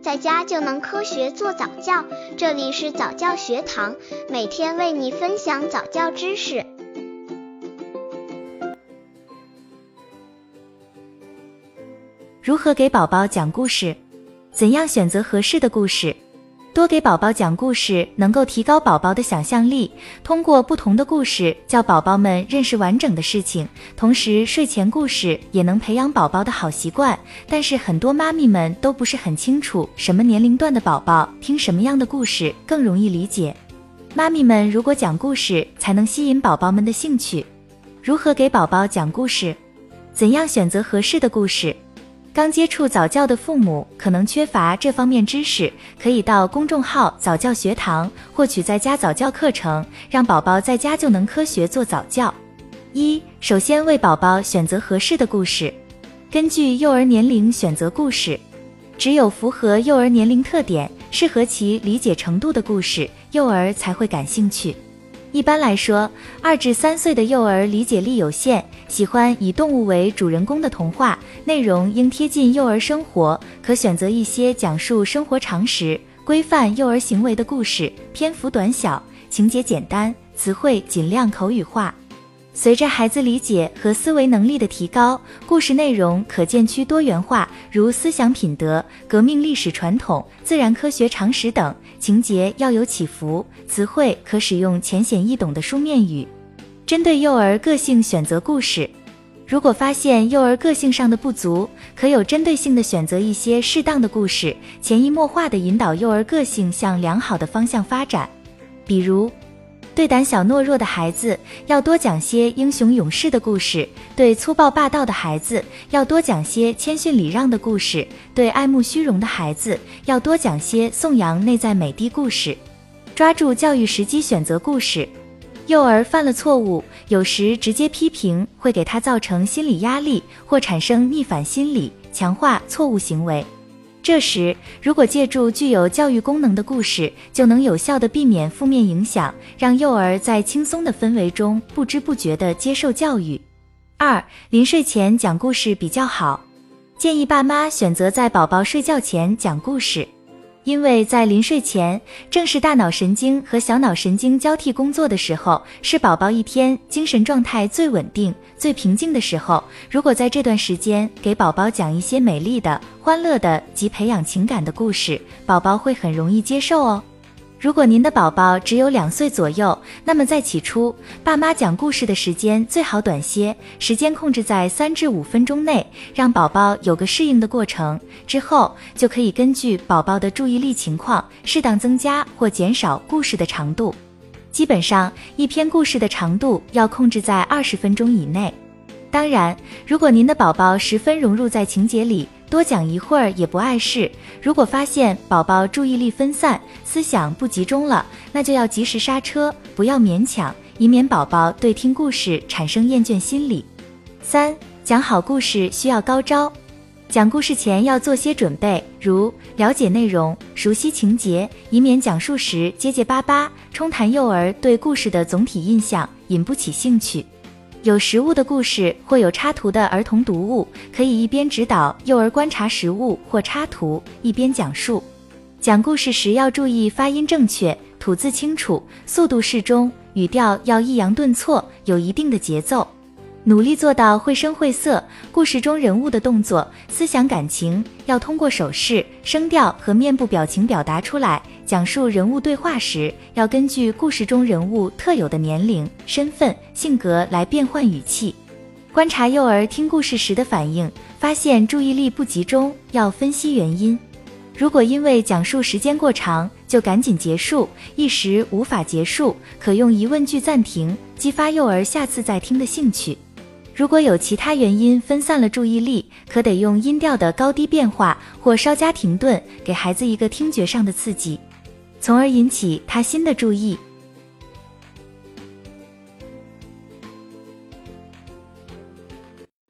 在家就能科学做早教。这里是早教学堂，每天为你分享早教知识。 如何给宝宝讲故事？怎样选择合适的故事？多给宝宝讲故事能够提高宝宝的想象力，通过不同的故事教宝宝们认识完整的事情，同时睡前故事也能培养宝宝的好习惯。但是很多妈咪们都不是很清楚什么年龄段的宝宝听什么样的故事更容易理解。妈咪们如果讲故事才能吸引宝宝们的兴趣。如何给宝宝讲故事？怎样选择合适的故事？刚接触早教的父母可能缺乏这方面知识，可以到公众号早教学堂获取在家早教课程，让宝宝在家就能科学做早教。首先为宝宝选择合适的故事。根据幼儿年龄选择故事，只有符合幼儿年龄特点、适合其理解程度的故事，幼儿才会感兴趣。一般来说，2至3岁的幼儿理解力有限，喜欢以动物为主人公的童话，内容应贴近幼儿生活，可选择一些讲述生活常识、规范幼儿行为的故事，篇幅短小，情节简单，词汇尽量口语化。随着孩子理解和思维能力的提高，故事内容可渐趋多元化，如思想品德、革命历史传统、自然科学常识等，情节要有起伏，词汇可使用浅显易懂的书面语。针对幼儿个性选择故事，如果发现幼儿个性上的不足，可有针对性地选择一些适当的故事，潜移默化地引导幼儿个性向良好的方向发展。比如对胆小懦弱的孩子，要多讲些英雄勇士的故事；对粗暴霸道的孩子，要多讲些谦逊礼让的故事；对爱慕虚荣的孩子，要多讲些颂扬内在美的故事。抓住教育时机选择故事。幼儿犯了错误，有时直接批评会给他造成心理压力，或产生逆反心理，强化错误行为。这时，如果借助具有教育功能的故事，就能有效地避免负面影响，让幼儿在轻松的氛围中不知不觉地接受教育。临睡前讲故事比较好。建议爸妈选择在宝宝睡觉前讲故事，因为在临睡前，正是大脑神经和小脑神经交替工作的时候，是宝宝一天精神状态最稳定、最平静的时候。如果在这段时间给宝宝讲一些美丽的、欢乐的及培养情感的故事，宝宝会很容易接受哦。如果您的宝宝只有2岁左右，那么在起初，爸妈讲故事的时间最好短些，时间控制在3至5分钟内，让宝宝有个适应的过程，之后就可以根据宝宝的注意力情况，适当增加或减少故事的长度。基本上，一篇故事的长度要控制在20分钟以内。当然，如果您的宝宝十分融入在情节里，多讲一会儿也不碍事。如果发现宝宝注意力分散，思想不集中了，那就要及时刹车，不要勉强，以免宝宝对听故事产生厌倦心理。讲好故事需要高招。讲故事前要做些准备，如了解内容、熟悉情节，以免讲述时结结巴巴，冲淡幼儿对故事的总体印象，引不起兴趣。有实物的故事或有插图的儿童读物，可以一边指导幼儿观察实物或插图，一边讲述。讲故事时要注意发音正确，吐字清楚，速度适中，语调要抑扬顿挫，有一定的节奏。努力做到绘声绘色，故事中人物的动作、思想感情要通过手势、声调和面部表情表达出来。讲述人物对话时，要根据故事中人物特有的年龄、身份、性格来变换语气。观察幼儿听故事时的反应，发现注意力不集中，要分析原因。如果因为讲述时间过长，就赶紧结束，一时无法结束，可用疑问句暂停，激发幼儿下次再听的兴趣。如果有其他原因分散了注意力，可得用音调的高低变化或稍加停顿，给孩子一个听觉上的刺激，从而引起他新的注意。